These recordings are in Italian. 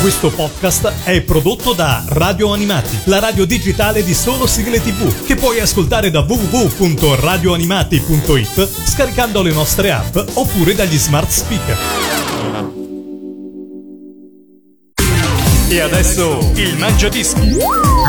Questo podcast è prodotto da Radio Animati, la radio digitale di solo sigle TV, che puoi ascoltare da www.radioanimati.it scaricando le nostre app oppure dagli smart speaker. E adesso il Mangiadischi.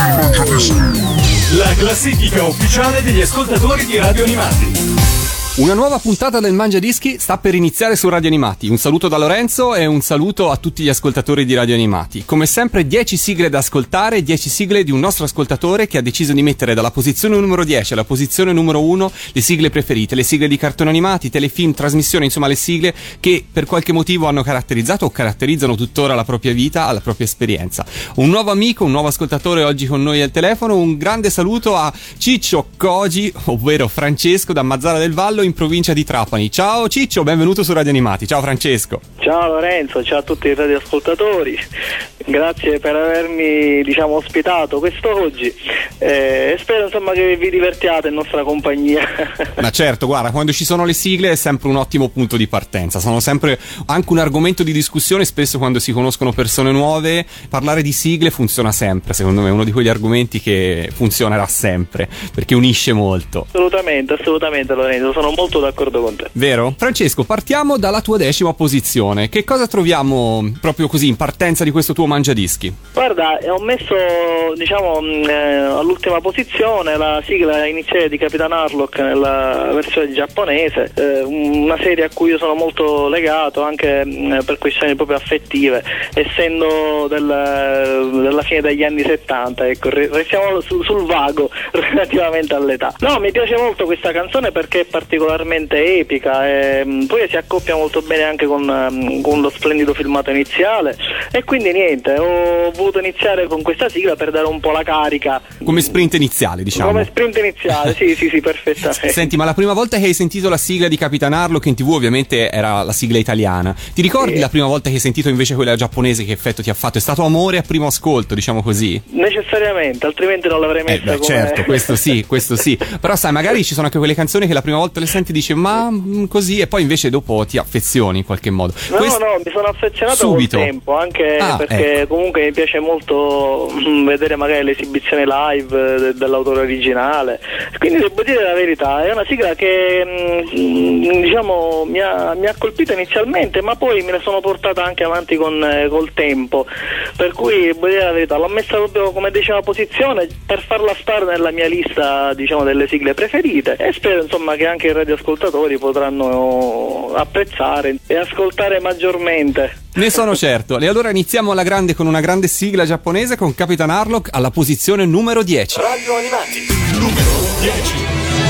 La classifica ufficiale degli ascoltatori di Radio Animati. Una nuova puntata del Mangiadischi sta per iniziare su Radio Animati. Un saluto da Lorenzo e un saluto a tutti gli ascoltatori di Radio Animati. Come sempre 10 sigle da ascoltare, 10 sigle di un nostro ascoltatore che ha deciso di mettere dalla posizione numero 10 alla posizione numero 1 le sigle preferite, le sigle di cartoni animati, telefilm, trasmissioni, insomma le sigle che per qualche motivo hanno caratterizzato o caratterizzano tuttora la propria vita, la propria esperienza. Un nuovo amico, un nuovo ascoltatore oggi con noi al telefono. Un grande saluto a Ciccio Cogi, ovvero Francesco da Mazzara del Vallo in provincia di Trapani. Ciao Ciccio, benvenuto su Radio Animati. Ciao Francesco. Ciao Lorenzo, ciao a tutti i radioascoltatori. Grazie per avermi, ospitato quest'oggi. Spero insomma che vi divertiate in nostra compagnia. Ma certo, guarda, quando ci sono le sigle è sempre un ottimo punto di partenza. Sono sempre anche un argomento di discussione, spesso quando si conoscono persone nuove. Parlare di sigle funziona sempre, secondo me è uno di quegli argomenti che funzionerà sempre, perché unisce molto. Assolutamente Lorenzo, sono molto d'accordo con te. Vero? Francesco, partiamo dalla tua 10ª posizione. Che cosa troviamo proprio così in partenza di questo tuo Mangiadischi? Guarda, ho messo all'ultima posizione la sigla iniziale di Capitan Harlock nella versione giapponese, una serie a cui io sono molto legato anche per questioni proprio affettive, essendo della fine degli anni 70, ecco, restiamo sul vago relativamente all'età. No, mi piace molto questa canzone perché è particolarmente epica e poi si accoppia molto bene anche con lo splendido filmato iniziale, e quindi niente, ho voluto iniziare con questa sigla per dare un po' la carica. Come sprint iniziale, diciamo. Come sprint iniziale, sì, perfettamente. Senti, ma la prima volta che hai sentito la sigla di Capitan Harlock in TV ovviamente era la sigla italiana. Ti ricordi la prima volta che hai sentito invece quella giapponese? Che effetto ti ha fatto? È stato amore a primo ascolto, diciamo così? Necessariamente, altrimenti non l'avrei messa come... Certo, questo sì. Però sai, magari ci sono anche quelle canzoni che la prima volta le senti e dici ma così, e poi invece dopo ti affezioni in qualche modo. No, mi sono affezionato subito col tempo, anche perché comunque mi piace molto vedere magari l'esibizione live dell'autore originale, quindi devo dire la verità, è una sigla che mi ha colpito inizialmente, ma poi me ne sono portata anche avanti col tempo, per cui devo dire la verità, l'ho messa proprio come 10ª posizione per farla stare nella mia lista delle sigle preferite, e spero insomma che anche i radioascoltatori potranno apprezzare e ascoltare maggiormente. Ne sono certo. E allora iniziamo alla grande con una grande sigla giapponese con Capitan Harlock alla posizione numero 10. Radio Animati, numero 10.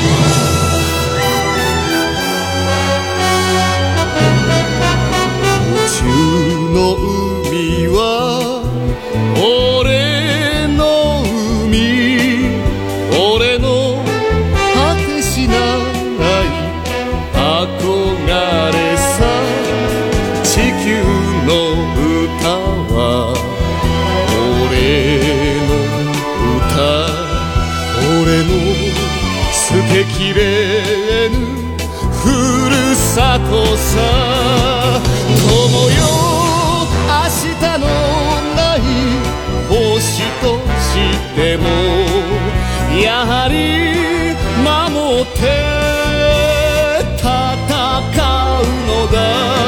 きれぬふるさとさ友よ明日のない星としてもやはり守って戦うのだ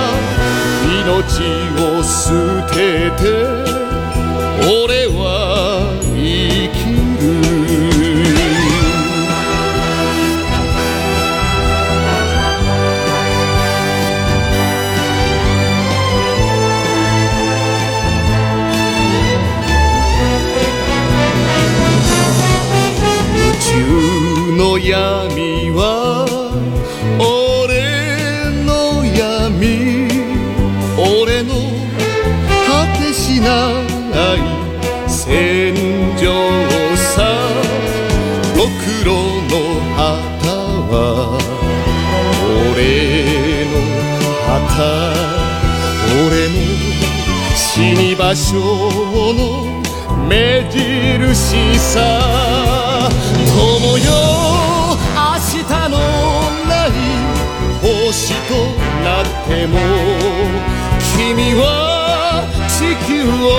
命を捨てて俺は生きるの闇は俺の闇俺の果てしない戦場さろくろの旗は俺の旗俺の死に場所の目印さ友よ明日のない星となっても君は地球を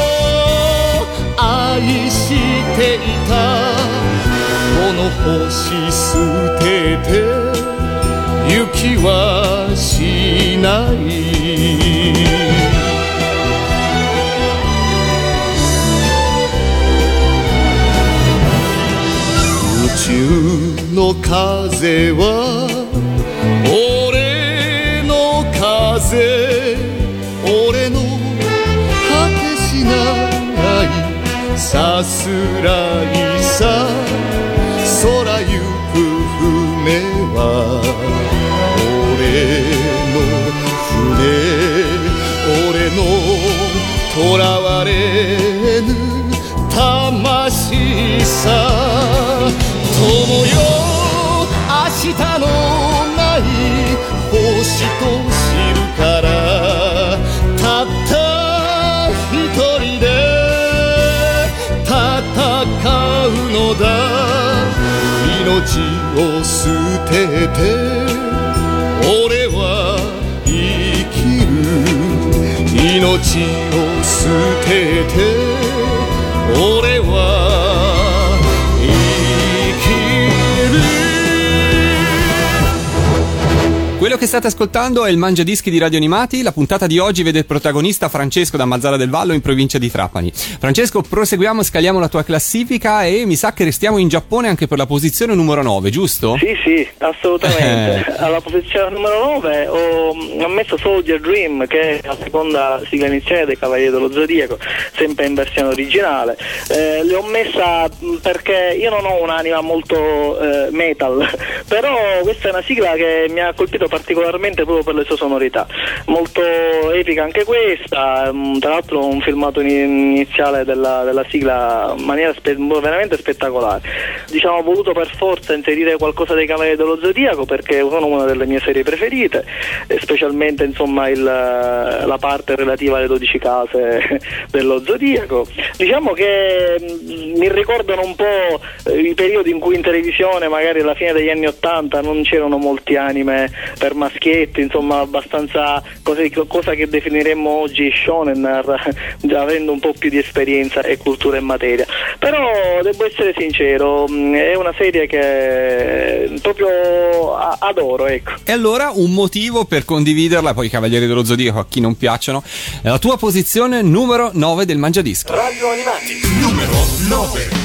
愛していたこの星捨てて行きはしない宇宙の風は俺の風俺の果てしないさすらいさ空行く船は俺の船俺の囚われぬ魂さ友よ明日のない星と知るからたった一人で戦うのだ命を捨てて俺は生きる命を捨てて俺は生きる。 Quello che state ascoltando è il Mangiadischi di Radio Animati. La puntata di oggi vede il protagonista Francesco da Mazara del Vallo in provincia di Trapani. Francesco, proseguiamo, scaliamo la tua classifica e mi sa che restiamo in Giappone anche per la posizione numero 9, giusto? Sì, assolutamente. Alla posizione numero 9 ho messo Soldier Dream, che è la seconda sigla iniziale dei Cavalieri dello Zodiaco, sempre in versione originale. L'ho messa perché io non ho un'anima molto metal, però questa è una sigla che mi ha colpito particolarmente proprio per le sue sonorità, molto epica anche questa, tra l'altro un filmato iniziale della sigla in maniera veramente spettacolare. Diciamo, ho voluto per forza inserire qualcosa dei Cavalieri dello Zodiaco perché sono una delle mie serie preferite, specialmente insomma la parte relativa alle 12 case dello Zodiaco. Diciamo che mi ricordano un po' i periodi in cui in televisione, magari alla fine degli anni 80, non c'erano molti anime per maschietti, insomma abbastanza cosa che definiremmo oggi shonen, avendo un po' più di esperienza e cultura in materia. Però devo essere sincero, è una serie che proprio adoro, ecco. E allora un motivo per condividerla, poi i Cavalieri dello Zodiaco a chi non piacciono, è la tua posizione numero 9 del Mangiadischi. Radio Animati numero 9.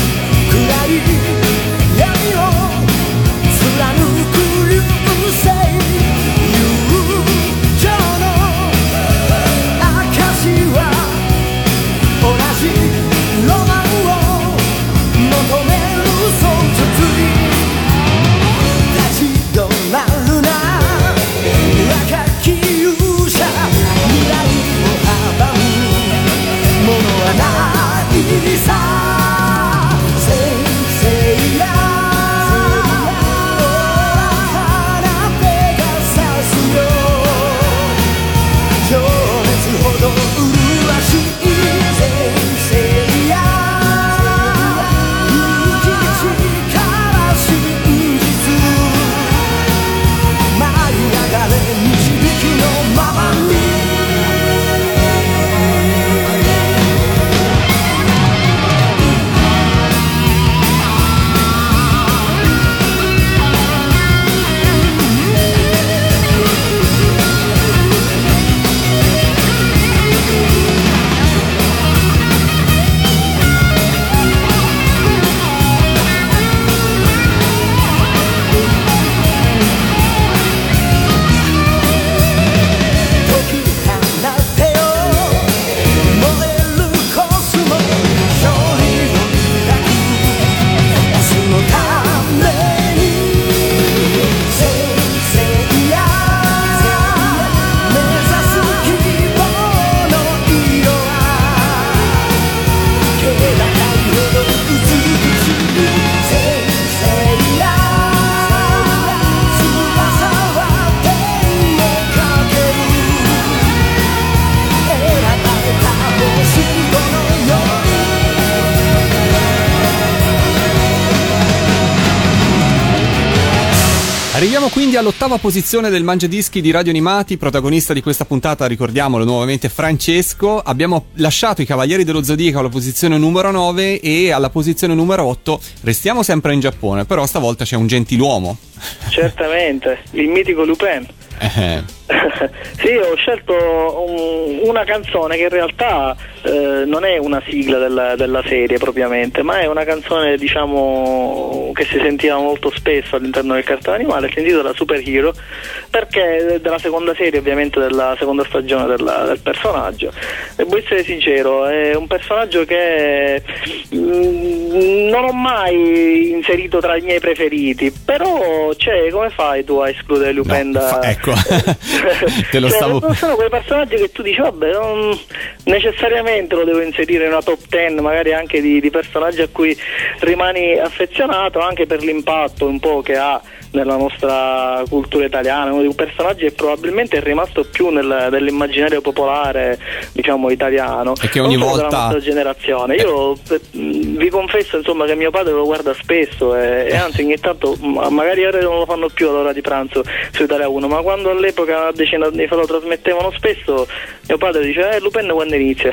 Say Arriviamo quindi all'8ª posizione del Mangiadischi di Radio Animati. Protagonista di questa puntata, ricordiamolo nuovamente, Francesco. Abbiamo lasciato i Cavalieri dello Zodiaco alla posizione numero 9 e alla posizione numero 8 restiamo sempre in Giappone, però stavolta c'è un gentiluomo. Certamente, il mitico Lupin. Sì, ho scelto una canzone che in realtà non è una sigla della serie propriamente, ma è una canzone, diciamo, che si sentiva molto spesso all'interno del cartone animale. Si intitola Super Hero, perché è della seconda serie, ovviamente della seconda stagione del personaggio. Devo essere sincero, è un personaggio che non ho mai inserito tra i miei preferiti, però come fai tu a escludere Lupin ecco. Te lo stavo... Sono quei personaggi che tu dici vabbè, non necessariamente lo devo inserire in una top 10 magari anche di personaggi a cui rimani affezionato, anche per l'impatto un po' che ha nella nostra cultura italiana, uno dei personaggi che probabilmente è rimasto più nell'immaginario popolare, diciamo, italiano, e che ogni volta della nostra generazione. Io vi confesso, insomma, che mio padre lo guarda spesso e anzi ogni tanto, magari ora non lo fanno più all'ora di pranzo su Italia 1, ma quando all'epoca, una decina di anni fa, lo trasmettevano spesso, mio padre dice Lupin quando inizia?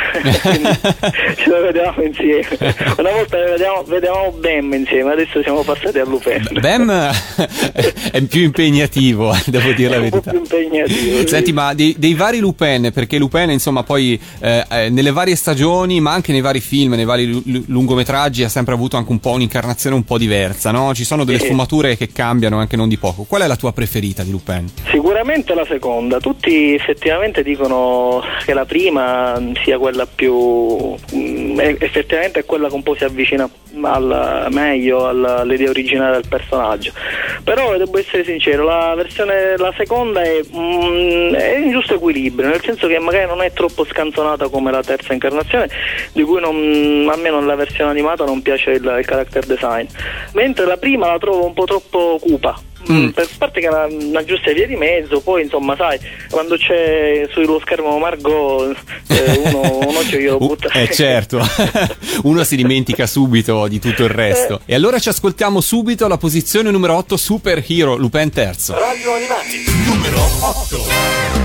Ce lo vedevamo insieme, una volta vedevamo Bam insieme, adesso siamo passati a Lupin. Bam è più impegnativo, devo dire la verità. Un po' più impegnativo. Senti, sì. Ma dei vari Lupin, perché Lupin, insomma, poi nelle varie stagioni, ma anche nei vari film, nei vari lungometraggi, ha sempre avuto anche un po' un'incarnazione un po' diversa, no? Ci sono delle sfumature che cambiano anche non di poco. Qual è la tua preferita di Lupin? Sicuramente la seconda. Tutti effettivamente dicono che la prima sia quella più effettivamente è quella che un po' si avvicina meglio all'idea originale del personaggio, però devo essere sincero, la seconda è in giusto equilibrio, nel senso che magari non è troppo scanzonata come la terza incarnazione, di cui almeno nella versione animata non piace il character design, mentre la prima la trovo un po' troppo cupa. Per parte che è una giusta via di mezzo, poi insomma sai, quando c'è sullo schermo Margot un occhio glielo butta. Certo. Uno si dimentica subito di tutto il resto. E allora ci ascoltiamo subito la posizione numero 8, Super Hero, Lupin terzo. Radio Animati numero 8.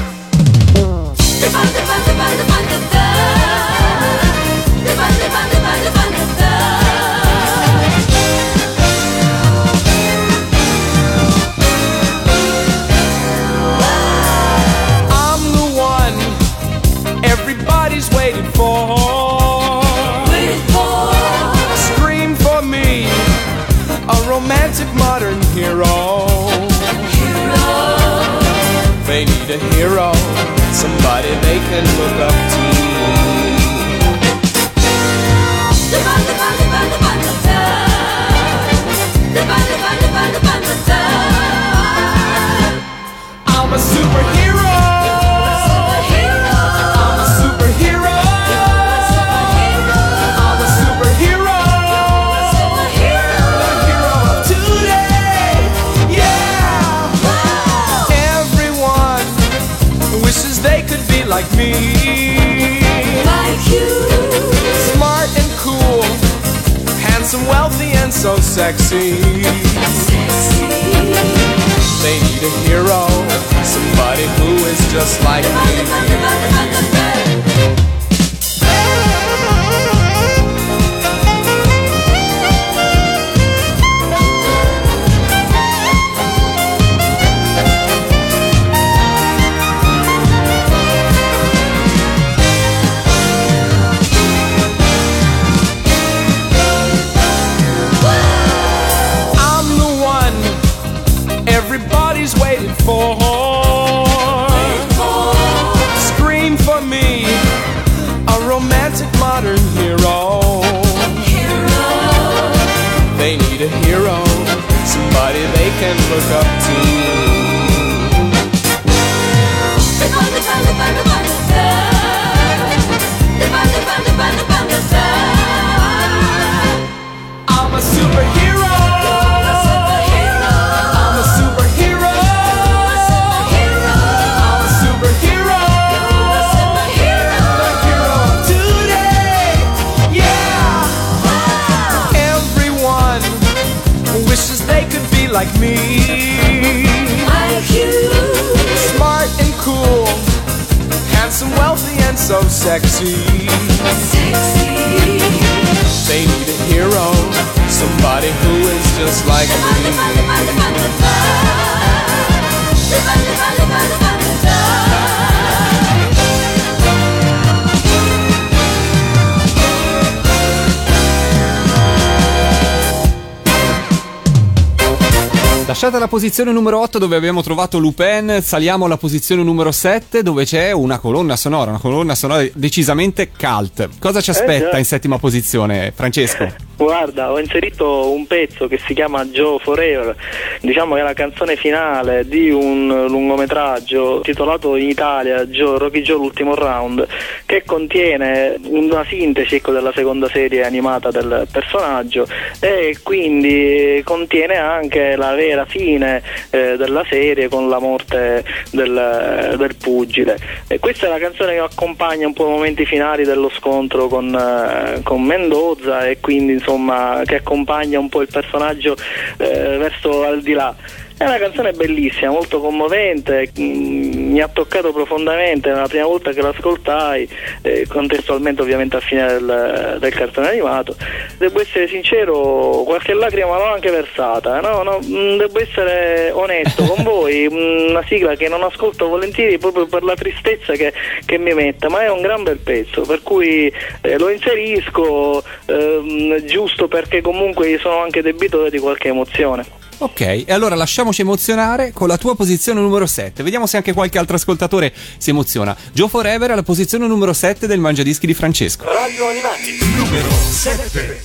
Everybody's waiting for. Scream for me, a romantic modern hero. They need a hero, somebody they can look up to. I'm a superhero. Like me, like you, smart and cool, handsome, wealthy, and so sexy. They need a hero, somebody who is just like me. Waiting for. Scream for me, a romantic modern hero. They need a hero, somebody they can look up to. I'm a superhero. Like me, sexy. They need a hero, somebody who is just like me. Lasciata la posizione numero 8 dove abbiamo trovato Lupin, saliamo alla posizione numero 7 dove c'è una colonna sonora decisamente cult. Cosa ci aspetta in settima posizione, Francesco? Guarda, ho inserito un pezzo che si chiama Joe Forever, diciamo che è la canzone finale di un lungometraggio titolato in Italia Rocky Joe l'ultimo round, che contiene una sintesi, ecco, della seconda serie animata del personaggio, e quindi contiene anche la vera fine della serie con la morte del pugile. E questa è la canzone che accompagna un po' i momenti finali dello scontro con Mendoza, e quindi insomma che accompagna un po' il personaggio verso al di là. È una canzone bellissima, molto commovente, mi ha toccato profondamente la prima volta che l'ascoltai, contestualmente ovviamente a fine del cartone animato. Devo essere sincero, qualche lacrima l'ho anche versata, no, devo essere onesto con voi, una sigla che non ascolto volentieri proprio per la tristezza che mi mette, ma è un gran bel pezzo, per cui lo inserisco giusto perché comunque sono anche debitore di qualche emozione. Ok, e allora lasciamoci emozionare con la tua posizione numero 7. Vediamo se anche qualche altro ascoltatore si emoziona. Joe Forever alla posizione numero 7 del Mangiadischi di Francesco. Radio Animati, numero 7.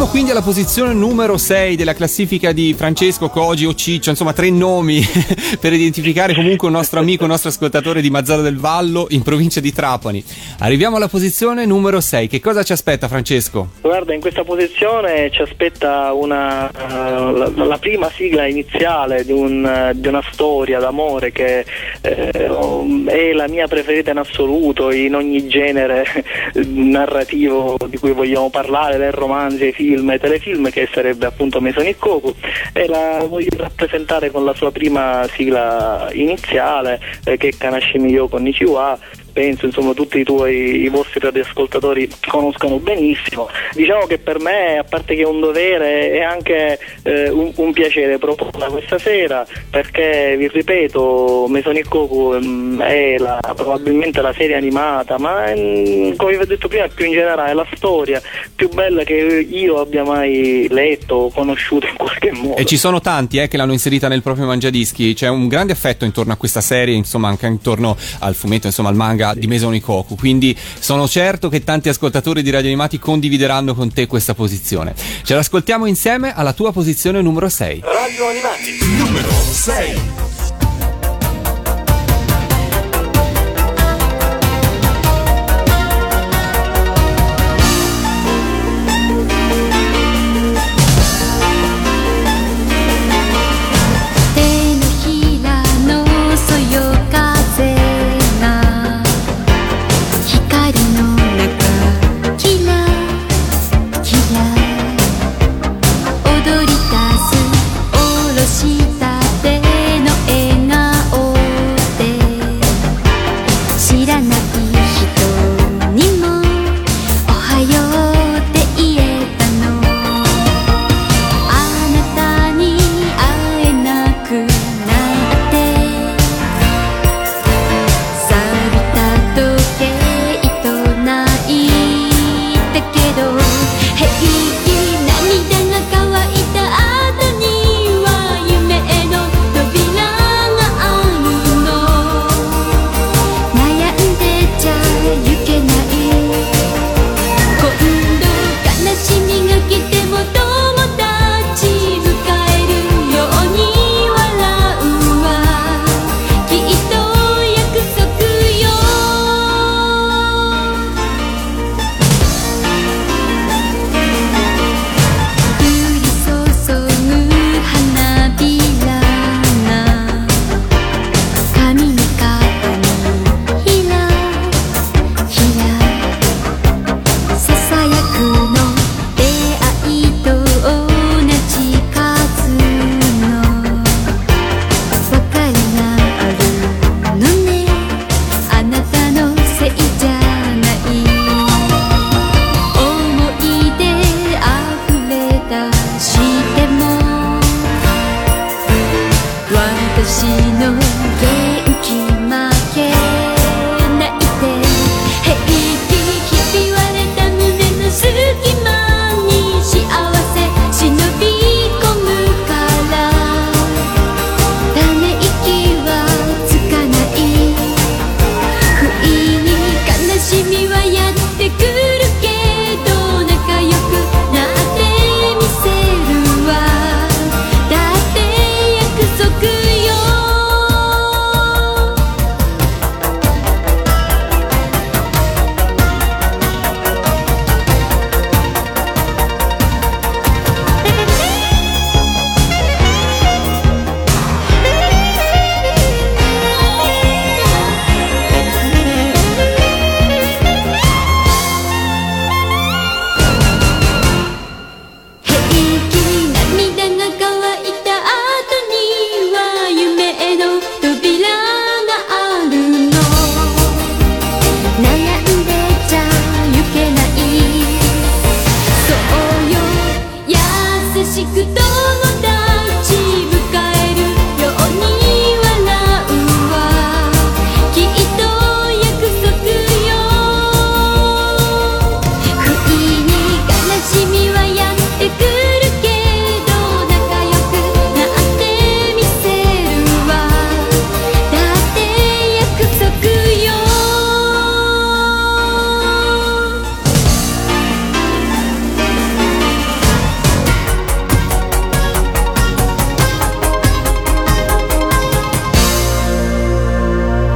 quindi alla posizione numero 6 della classifica di Francesco, Koji o Ciccio, insomma 3 nomi per identificare comunque un nostro amico, un nostro ascoltatore di Mazara del Vallo in provincia di Trapani. Arriviamo alla posizione numero 6. Che cosa ci aspetta, Francesco? Guarda, in questa posizione ci aspetta la prima sigla iniziale di una storia d'amore che è la mia preferita in assoluto, in ogni genere narrativo di cui vogliamo parlare, dai romanzi ai film ai telefilm, che sarebbe appunto Maison Ikkoku, e la voglio rappresentare con la sua prima sigla iniziale, che è Kanashimi Yo Konnichiwa. Penso insomma tutti i vostri radioascoltatori conoscano benissimo. Diciamo che per me, a parte che è un dovere, è anche un piacere proporla questa sera, perché vi ripeto, Maison Ikkoku è probabilmente la serie animata, ma come vi ho detto prima, più in generale la storia più bella che io abbia mai letto o conosciuto in qualche modo. E ci sono tanti che l'hanno inserita nel proprio Mangiadischi. C'è un grande affetto intorno a questa serie, insomma anche intorno al fumetto, insomma al manga di Maison Ikkoku, quindi sono certo che tanti ascoltatori di Radio Animati condivideranno con te questa posizione. Ce l'ascoltiamo insieme alla tua posizione numero 6. Radio Animati numero 6. 踊り出すおろしたての絵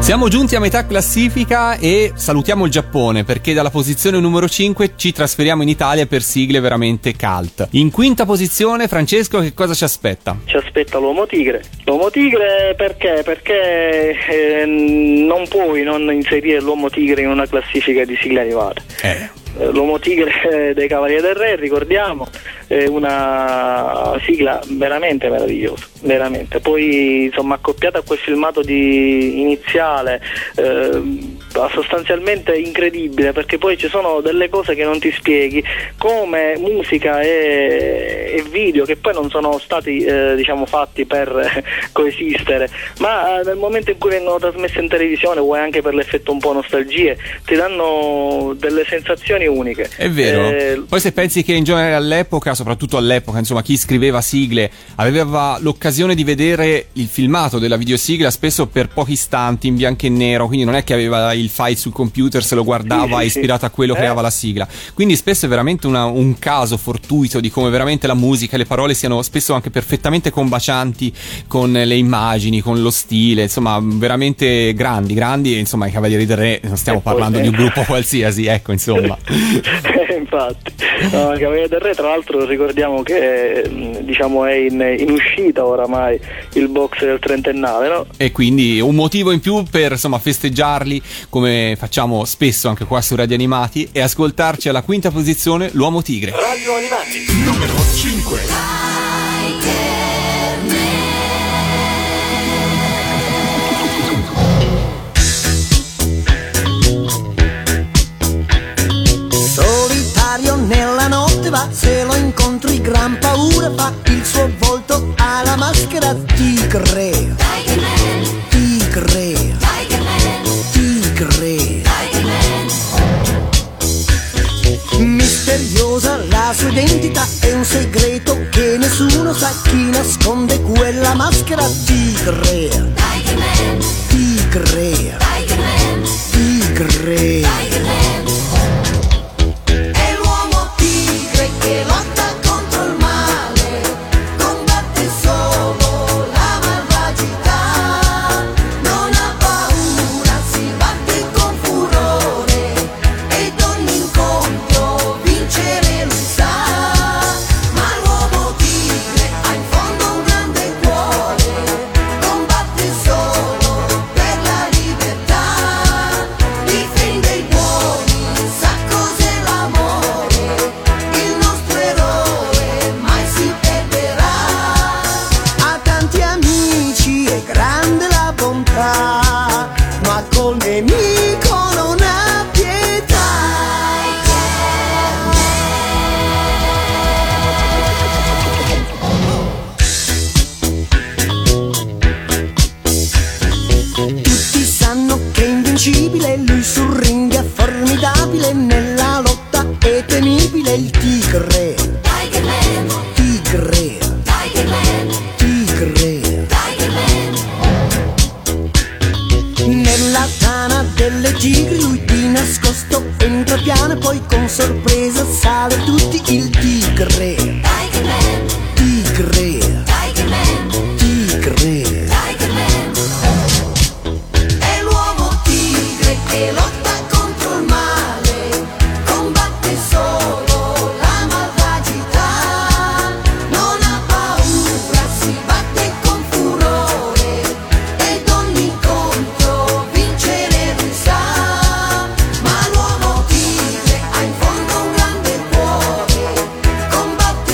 Siamo giunti a metà classifica e salutiamo il Giappone, perché dalla posizione numero 5 ci trasferiamo in Italia per sigle veramente cult. In quinta posizione, Francesco, che cosa ci aspetta? Ci aspetta l'Uomo Tigre. L'Uomo Tigre perché? Perché non puoi non inserire l'Uomo Tigre in una classifica di sigle animate. L'Uomo Tigre dei Cavalieri del Re, ricordiamo, è una sigla veramente meravigliosa, veramente. Poi insomma accoppiata a quel filmato iniziale, sostanzialmente incredibile, perché poi ci sono delle cose che non ti spieghi, come musica e video, che poi non sono stati diciamo fatti per coesistere, ma nel momento in cui vengono trasmesse in televisione, vuoi anche per l'effetto un po' nostalgie, ti danno delle sensazioni uniche. È vero. Poi se pensi che in genere all'epoca, soprattutto all'epoca, insomma, chi scriveva sigle aveva l'occasione di vedere il filmato della videosigla spesso per pochi istanti in bianco e nero, quindi non è che aveva il file sul computer, se lo guardava ispirato a quello creava la sigla. Quindi spesso è veramente un caso fortuito di come veramente la musica e le parole siano spesso anche perfettamente combacianti con le immagini, con lo stile, insomma veramente grandi, e insomma i Cavalieri del Re, non stiamo parlando di un gruppo qualsiasi, ecco, insomma. Infatti, no, Cavalieri del Re, tra l'altro ricordiamo che diciamo è in uscita oramai il box del trentennale, no? E quindi un motivo in più per insomma festeggiarli, come facciamo spesso anche qua su Radio Animati, e ascoltarci alla quinta posizione l'Uomo Tigre. Radio Animati numero 5. Nella notte va, se lo incontri gran paura fa, il suo volto ha la maschera tigre, tigre, tigre, misteriosa la sua identità, è un segreto che nessuno sa, chi nasconde quella maschera tigre, tigre, tigre. Che lotta contro il male, combatte solo la malvagità, non ha paura, si batte con furore ed ogni incontro vincere lui sa, ma l'uomo tigre ha in fondo un grande cuore, combatte solo per la libertà, difende i buoni, sa cos'è l'amore. Il nostro eroe mai si perderà. Ha tanti amici, è grande la bontà, ma col nemico non ha pietà. Tutti sanno che è invincibile, lui sul ring è formidabile, nella lotta è temibile il tigre, tigre, tigre. Nella tana delle tigri lui di nascosto entra piano e poi con sorpresa sale tutti il tigre, tigre, tigre. È l'uomo tigre che lotta contro il male, combatte solo la malvagità, non ha paura, si batte con furore ed ogni incontro vincere lui sa, ma l'uomo tigre ha in fondo un grande cuore, combatte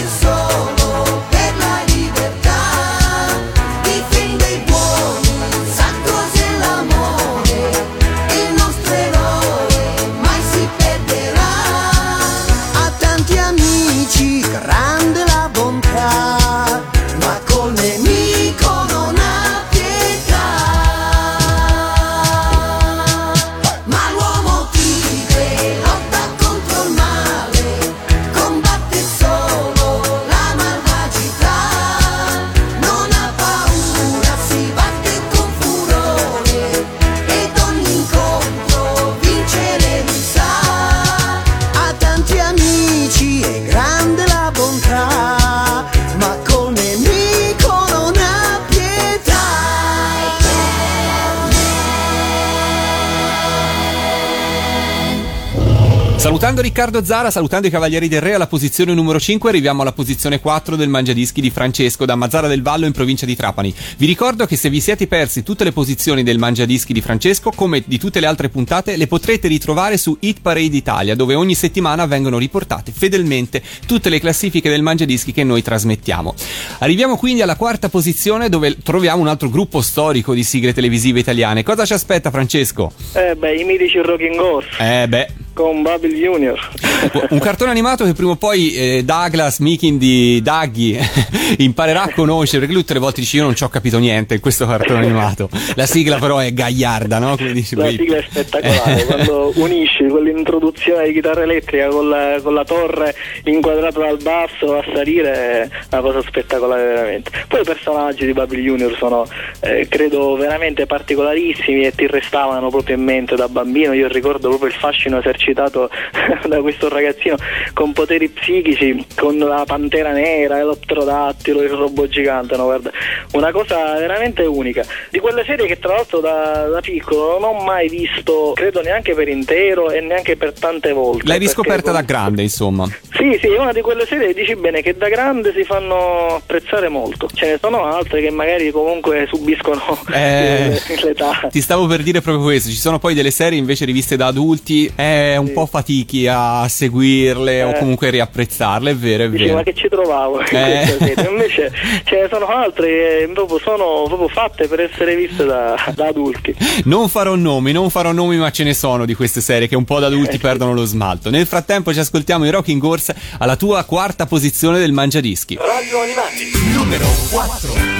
Salutando Riccardo Zara, salutando i Cavalieri del Re alla posizione numero 5, arriviamo alla posizione 4 del Mangiadischi di Francesco da Mazzara del Vallo in provincia di Trapani. Vi ricordo che se vi siete persi tutte le posizioni del Mangiadischi di Francesco, come di tutte le altre puntate, le potrete ritrovare su Hit Parade Italia, dove ogni settimana vengono riportate fedelmente tutte le classifiche del Mangiadischi che noi trasmettiamo. Arriviamo quindi alla quarta posizione, dove troviamo un altro gruppo storico di sigle televisive italiane. Cosa ci aspetta, Francesco? I mitici Rocking Horse. Con Babil Junior. Un cartone animato che prima o poi Douglas Mikin di Daggy imparerà a conoscere, perché lui tutte le volte dice io non ci ho capito niente in questo cartone animato. La sigla però è gagliarda, no? Come dici, la sigla è spettacolare quando unisci quell'introduzione di chitarra elettrica con la torre inquadrata dal basso a salire, è una cosa spettacolare veramente. Poi i personaggi di Babil Junior sono credo veramente particolarissimi e ti restavano proprio in mente da bambino. Io ricordo proprio il fascino esercitato da questo ragazzino con poteri psichici, con la pantera nera, lo pterodattilo, il robot gigante, no, guarda, una cosa veramente unica, di quelle serie che tra l'altro da piccolo non ho mai visto, credo neanche per intero e neanche per tante volte. L'hai riscoperta da grande, insomma. Sì, è una di quelle serie, dici bene, che da grande si fanno apprezzare molto. Ce ne sono altre che magari comunque subiscono l'età. Ti stavo per dire proprio questo, ci sono poi delle serie invece riviste da adulti, un po' fatichi a seguirle o comunque riapprezzarle, è vero, è vero. Ma che ci trovavo in questa serie? Invece ce ne sono altre che proprio sono proprio fatte per essere viste da adulti. Non farò nomi, ma ce ne sono di queste serie che un po' da adulti perdono lo smalto. Nel frattempo ci ascoltiamo i Rocking Horse alla tua quarta posizione del Mangiadischi. Radio Animati, numero 4.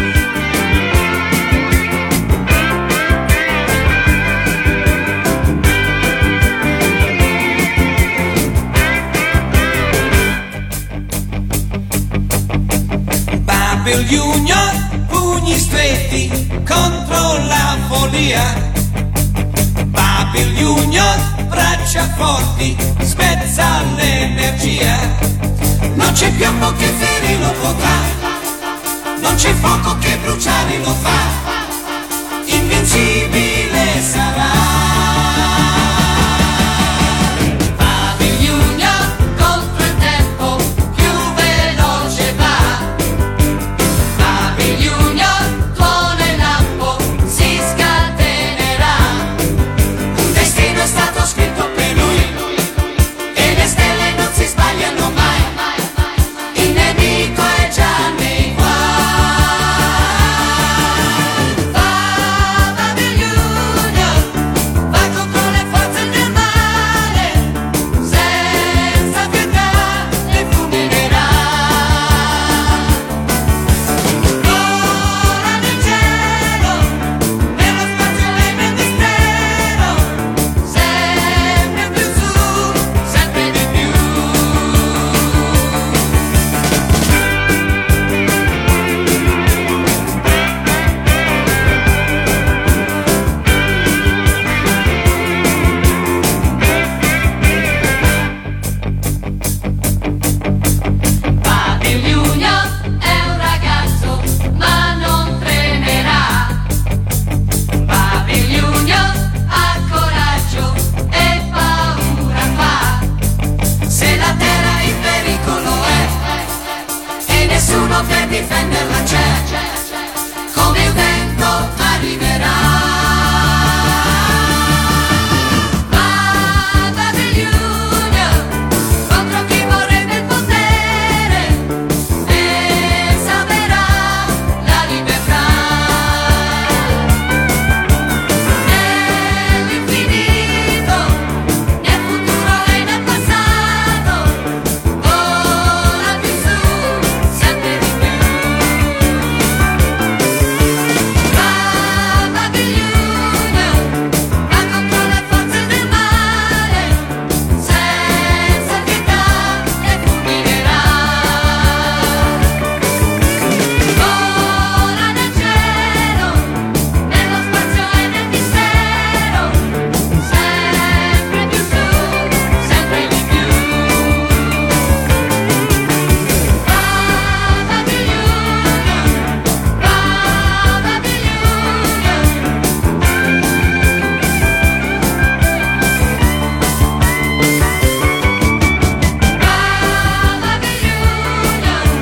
Babil Junior, pugni stretti contro la follia. Babil Junior, braccia forti, spezza l'energia. Non c'è piombo che ferirlo potrà, non c'è fuoco che bruciare lo fa, invincibile sarà.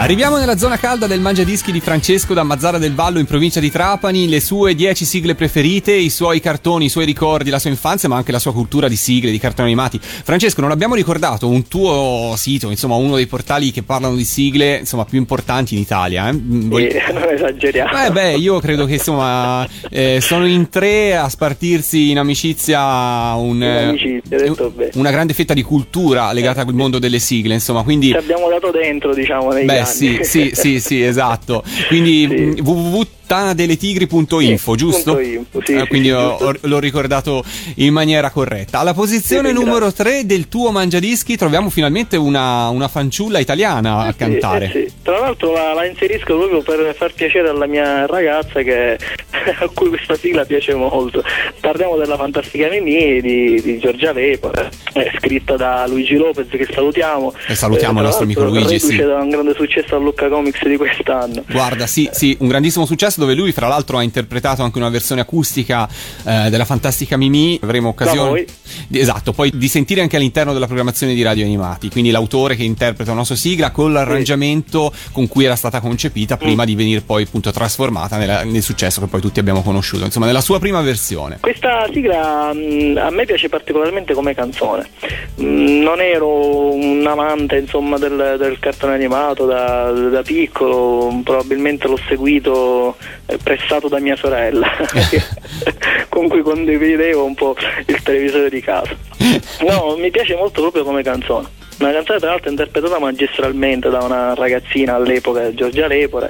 Arriviamo nella zona calda del Mangiadischi di Francesco da Mazzara del Vallo in provincia di Trapani, le sue 10 sigle preferite, i suoi cartoni, i suoi ricordi, la sua infanzia, ma anche la sua cultura di sigle, di cartoni animati. Francesco, non abbiamo ricordato un tuo sito, insomma uno dei portali che parlano di sigle, insomma, più importanti in Italia. Non esageriamo. Io credo che insomma sono in 3 a spartirsi in amicizia una grande fetta di cultura legata al mondo delle sigle, insomma, quindi ci abbiamo dato dentro, diciamo, negli anni. Sì, esatto. Quindi www.tanadelletigri.info, giusto? .info, sì, quindi giusto. l'ho ricordato in maniera corretta. Alla posizione numero 3 del tuo Mangiadischi troviamo finalmente una fanciulla italiana a cantare. Sì. Tra l'altro la inserisco proprio per far piacere alla mia ragazza a cui questa sigla piace molto. Parliamo della Fantastica Mimì di Giorgia Lepore, scritta da Luigi Lopez, che salutiamo. E salutiamo il nostro amico Luigi, sì. Da un grande successo al Lucca Comics di quest'anno. Guarda, sì, un grandissimo successo, dove lui fra l'altro ha interpretato anche una versione acustica della Fantastica Mimì. Avremo occasione poi di sentire anche all'interno della programmazione di Radio Animati, quindi l'autore che interpreta una sua sigla con l'arrangiamento con cui era stata concepita prima di venire poi appunto trasformata nel successo che poi tutti abbiamo conosciuto, insomma, nella sua prima versione. Questa sigla a me piace particolarmente come canzone. Non ero un amante, insomma, del cartone animato da piccolo, probabilmente l'ho seguito pressato da mia sorella con cui condividevo un po' il televisore di casa. No, mi piace molto proprio come canzone. Una canzone tra l'altro interpretata magistralmente da una ragazzina all'epoca, Giorgia Lepore,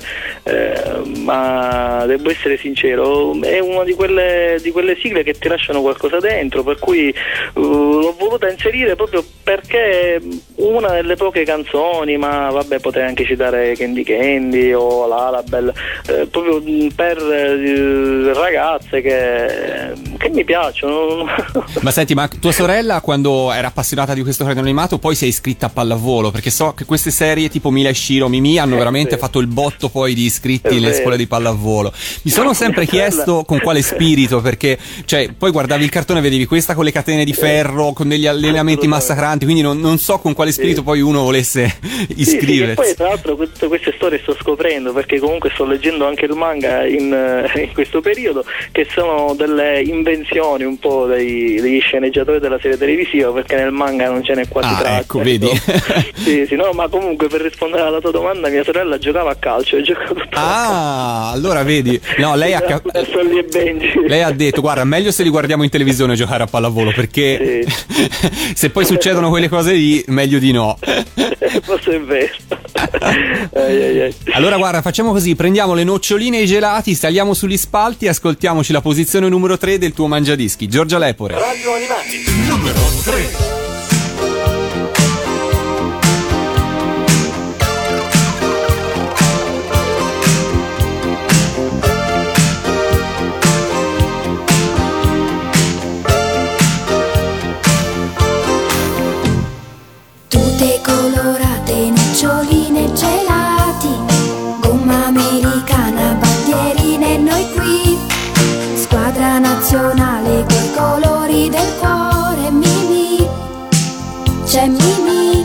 ma devo essere sincero, è una di quelle sigle che ti lasciano qualcosa dentro, per cui l'ho voluta inserire proprio perché una delle poche canzoni, ma vabbè, potrei anche citare Candy Candy o l'Alabel, proprio per ragazze che mi piacciono. Ma senti, ma tua sorella, quando era appassionata di questo cartone animato, poi si è iscritta a pallavolo? Perché so che queste serie tipo Mila e Shiro, Mimì hanno veramente fatto il botto poi di iscritti nelle scuole di pallavolo. Mi sono sempre chiesto con quale spirito, perché cioè poi guardavi il cartone e vedevi questa con le catene di ferro, con degli allenamenti massacranti, quindi non so con quale spirito poi uno volesse iscriversi. Sì, poi tra l'altro tutte queste storie sto scoprendo, perché comunque sto leggendo anche il manga in questo periodo, che sono delle invenzioni un po' degli sceneggiatori della serie televisiva, perché nel manga non ce n'è quasi traccia. Ecco, vedi? Sì, no, ma comunque per rispondere alla tua domanda, mia sorella giocava a calcio e gioca tutto. Allora vedi, no, lei ha detto, guarda, meglio se li guardiamo in televisione giocare a pallavolo, perché se poi succedono quelle cose lì, meglio di no. Forse è vero. Allora guarda, facciamo così, prendiamo le noccioline e i gelati, saliamo sugli spalti e ascoltiamoci la posizione numero 3 del tuo Mangiadischi, Giorgia Lepore. Radio Animati numero 3. Tutte colorate, noccioline, gelati, gomma americana, bandierine, noi qui, squadra nazionale coi colori del cuore, Mimì, c'è Mimì,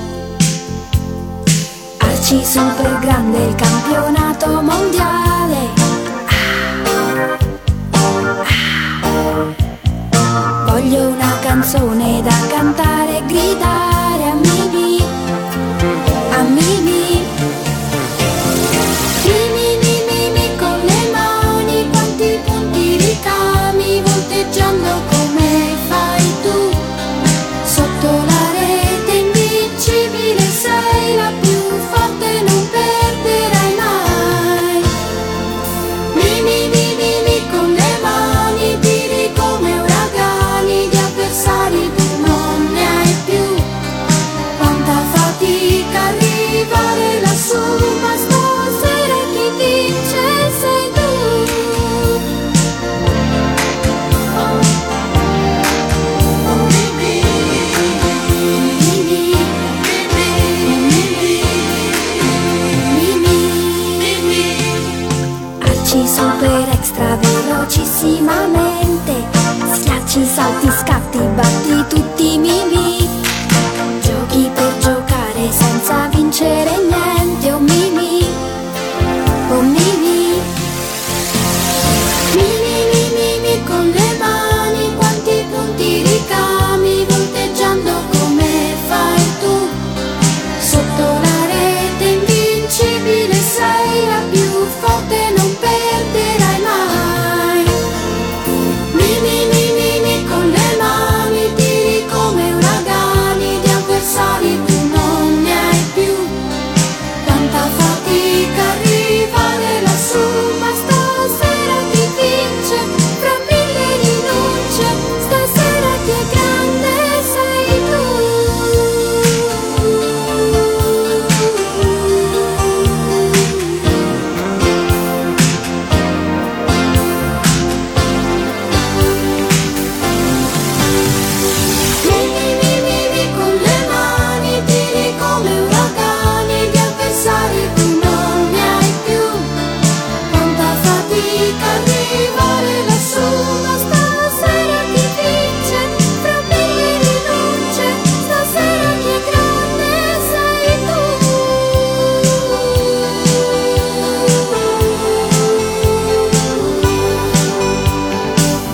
Arci super grande, il campionato mondiale, voglio una canzone da cantare e gridare a Mimì, a Mimì. Mimì, Mimì, con le mani quanti punti ricami, volteggiando come fai tu, sotto la rete invincibile sei la più forte, non perderai mai. Mimì, Mimì, con le mani tiri come uragani, di avversari tu non ne hai più. Quanta fatica arrivare lassù, ma stasera chi vince sei tu. Mimì, Mimì, Mimì, Mimì. Arci super extra velocissimamente, schiacci, salti, scatti, batti tutti Mimì. Giochi per giocare senza vincere niente, oh Mimì.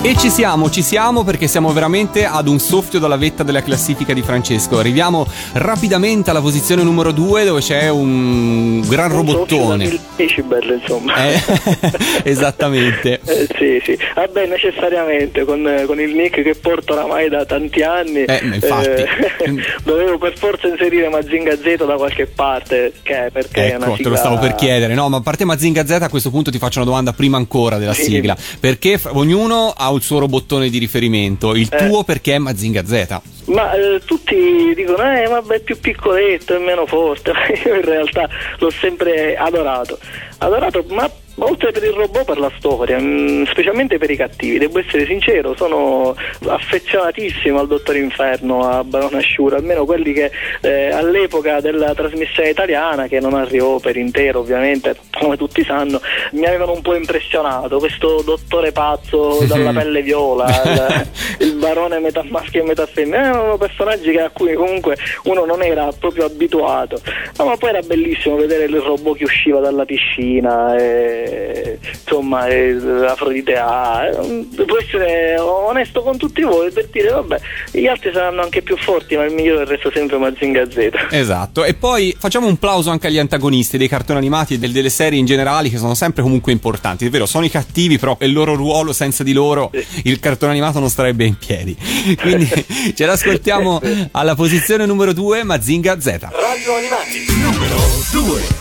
E ci siamo perché siamo veramente ad un soffio dalla vetta della classifica di Francesco. Arriviamo rapidamente alla posizione numero 2 dove c'è un gran robottone. Decibel, insomma. Esattamente. Sì. Vabbè, necessariamente con il nick che porto oramai da tanti anni. Infatti. Dovevo per forza inserire Mazinga Z da qualche parte, perché è una sigla... te lo stavo per chiedere. No, ma a parte Mazinga Z, a questo punto ti faccio una domanda prima ancora della sigla. Perché ognuno ha il suo robottone di riferimento, il tuo perché è Mazinga Z? Ma tutti dicono vabbè, è più piccoletto, è meno forte. Io in realtà l'ho sempre adorato, ma oltre per il robot, per la storia, specialmente per i cattivi. Devo essere sincero, sono affezionatissimo al Dottor Inferno, a Barone Ashura, almeno quelli che all'epoca della trasmissione italiana, che non arrivò per intero ovviamente, come tutti sanno, mi avevano un po' impressionato. Questo dottore pazzo dalla pelle viola, il barone metà maschio e metà femmina, erano personaggi a cui comunque uno non era proprio abituato. No, ma poi era bellissimo vedere il robot che usciva dalla piscina, insomma, Afrodite devo essere onesto con tutti voi per dire vabbè, gli altri saranno anche più forti, ma il migliore resta sempre Mazinga Z. Esatto. E poi facciamo un plauso anche agli antagonisti dei cartoni animati e delle serie in generale, che sono sempre comunque importanti. È vero, sono i cattivi, però il loro ruolo, senza di loro il cartone animato non starebbe in piedi. Quindi ce l'ascoltiamo alla posizione numero 2, Mazinga Z. Radio Animati numero 2.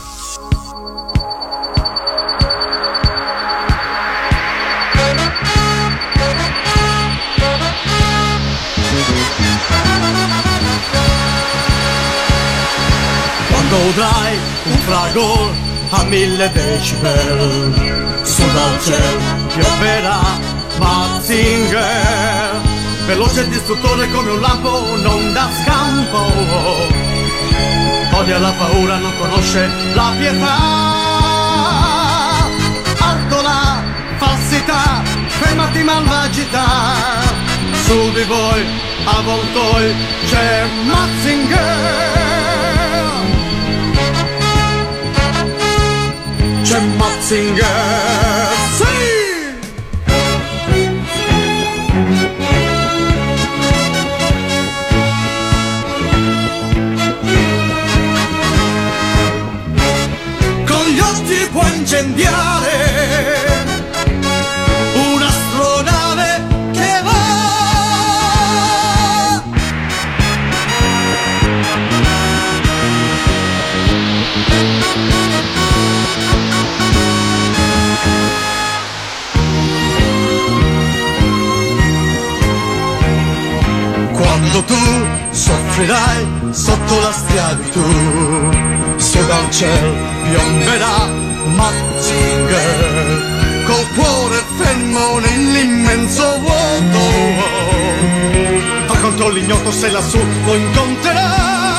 Quando udrai un fragor a 1000 decibel, su dal cielo pioverà Mazinger, veloce e distruttore come un lampo, non dà scampo, odia la paura, non conosce la pietà, alto la falsità, fermati malvagità, su di voi avvoltoi c'è Mazinger. C'è Mazinger, sì! Con gli occhi può incendiare un'astronave che va. Quando tu soffrirai sotto la schiavitù, su dal cielo piomberà Mazinger, col cuore fermo nell'immenso vuoto, va contro l'ignoto se lassù lo incontrerà.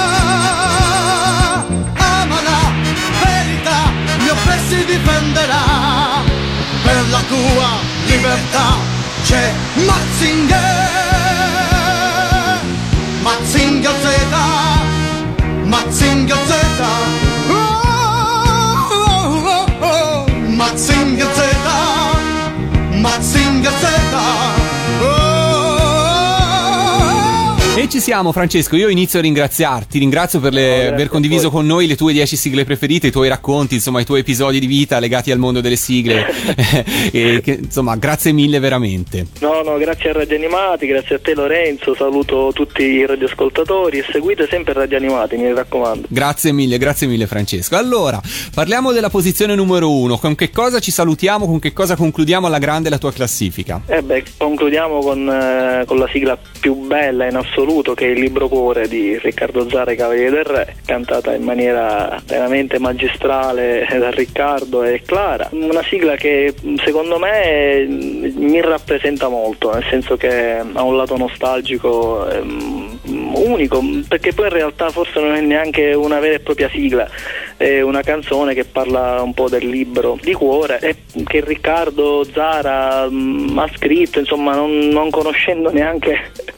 Ama la verità, gli oppressi difenderà, per la tua libertà c'è Mazinger. Mazinga Z, Mazinga Z, Mazinga Z, Mazinga Z. E ci siamo, Francesco. Io inizio a ringraziarti. Ringrazio per aver condiviso con noi le tue 10 sigle preferite, i tuoi racconti, insomma, i tuoi episodi di vita legati al mondo delle sigle. Insomma, grazie mille veramente. No, grazie a Radio Animati, grazie a te Lorenzo, saluto tutti i radioascoltatori e seguite sempre Radio Animati, mi raccomando. Grazie mille Francesco. Allora, parliamo della posizione numero 1. Con che cosa ci salutiamo, con che cosa concludiamo alla grande la tua classifica? Concludiamo con la sigla più bella in assoluto, che è Il Libro Cuore di Riccardo Zara e Cavalieri del Re, cantata in maniera veramente magistrale da Riccardo e Clara. Una sigla che secondo me mi rappresenta molto, nel senso che ha un lato nostalgico unico, perché poi in realtà forse non è neanche una vera e propria sigla, è una canzone che parla un po' del libro di cuore e che Riccardo Zara ha scritto, insomma, non conoscendo neanche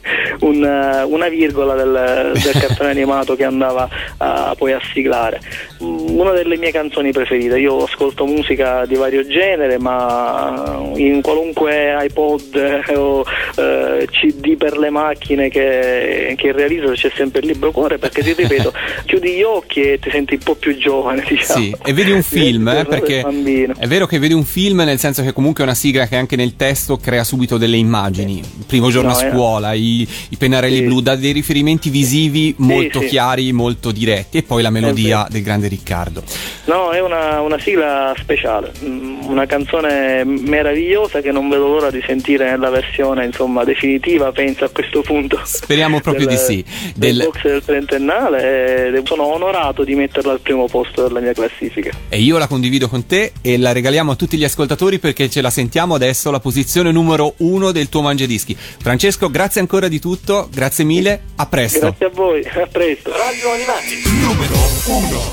una virgola del cartone animato che andava poi a siglare. Una delle mie canzoni preferite. Io ascolto musica di vario genere, ma in qualunque iPod o CD per le macchine che realizzo c'è sempre il libro cuore, perché ti ripeto, chiudi gli occhi e ti senti un po' più giovane, diciamo. Sì, e vedi un film, perché è vero che vedi un film, nel senso che comunque è una sigla che anche nel testo crea subito delle immagini. Il primo giorno a scuola, i pennarelli blu, dà dei riferimenti visivi molto chiari, molto diretti, e poi la melodia del grande Riccardo. No, è una sigla speciale, una canzone meravigliosa che non vedo l'ora di sentire nella versione, insomma, definitiva, penso, a questo punto. Speriamo proprio di sì. Del box del trentennale, e sono onorato di metterla al primo posto della mia classifica. E io la condivido con te e la regaliamo a tutti gli ascoltatori, perché ce la sentiamo adesso, la posizione numero 1 del tuo Mangiadischi. Francesco, grazie ancora di tutto, grazie mille, a presto. Grazie a voi, a presto. Radio Animati, numero 1.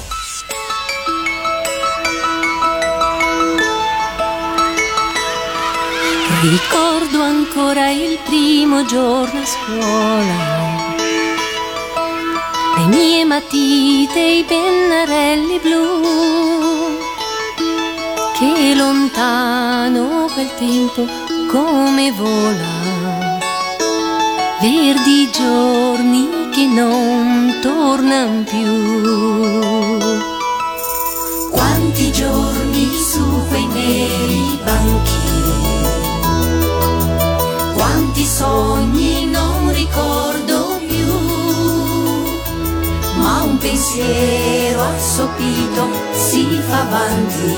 Ricordo ancora il primo giorno a scuola, le mie matite, i pennarelli blu, che lontano quel tempo come vola, verdi giorni che non tornan più. Quanti giorni su quei neri banchi, quanti sogni non ricordo più, ma un pensiero assopito si fa avanti,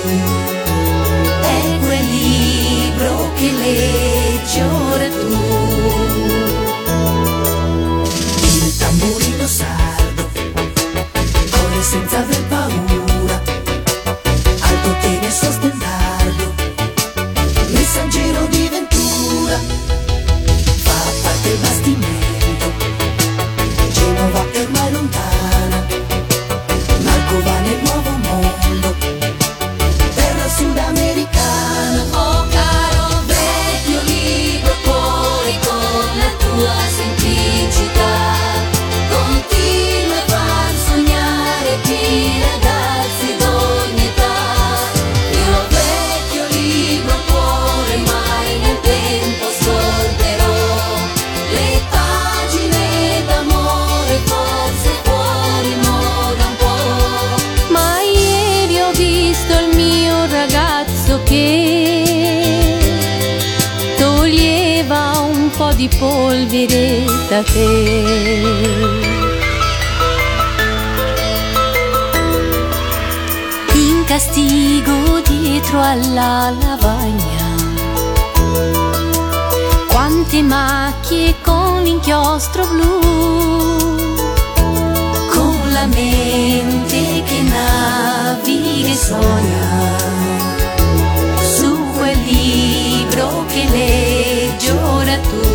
è quel libro che leggi ora tu. Il tamburino sardo corre senza aver paura, al potere il suo stendardo, messaggero di ventura, fa parte del bastimento, Genova è ormai lontana, Marco va nel nuovo mondo, terra sudamericana. Oh caro vecchio libro cuore, con la tua semplicità continua a far sognare chi ragazzi d'ogni età. Io vecchio libro cuore, mai nel tempo scorderò le pagine d'amore, forse fuori moda un po'. Ma ieri ho visto il mio ragazzo che toglieva un po' di polvere da te. In castigo dietro alla lavagna, quante macchie con l'inchiostro blu, con la mente che naviga e sogna, su quel libro che leggi ora tu.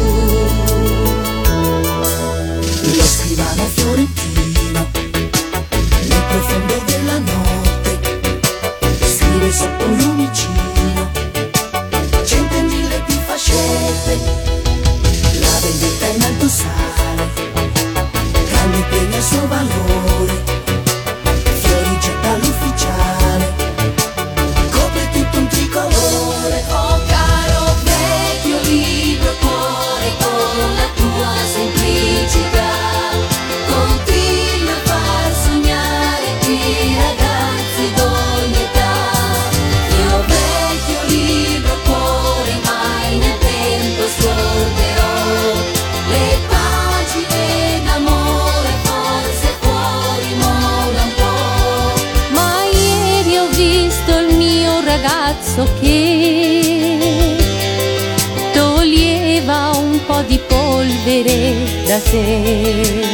Lo scrivano fiorentino nel profondo della notte, scrive sotto un lumicino, 100.000 più fascette, la vendetta in alto sale, grande premio al suo valore, fiori getta l'ufficiale, copre tutto un tricolore. Oh caro vecchio libro cuore, con la tua semplicità continua a far sognare i ragazzi d'ogni età. Io vecchio libro cuore, mai nel tempo scorderò le pagine d'amore, forse fuori moda un po'. Ma ieri ho visto il mio ragazzo che toglieva un po' di polvere da sé.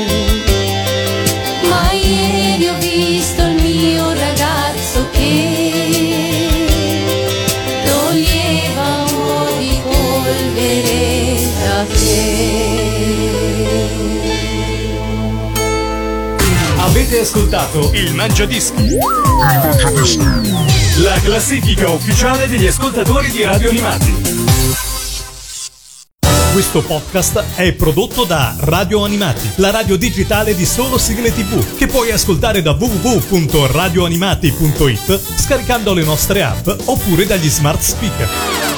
Ma ieri ho visto il mio ragazzo che toglieva un po' di polvere da sé. Avete ascoltato il Mangiadischi, la classifica ufficiale degli ascoltatori di Radio Animati. Questo podcast è prodotto da Radio Animati, la radio digitale di solo sigle TV, che puoi ascoltare da www.radioanimati.it scaricando le nostre app oppure dagli smart speaker.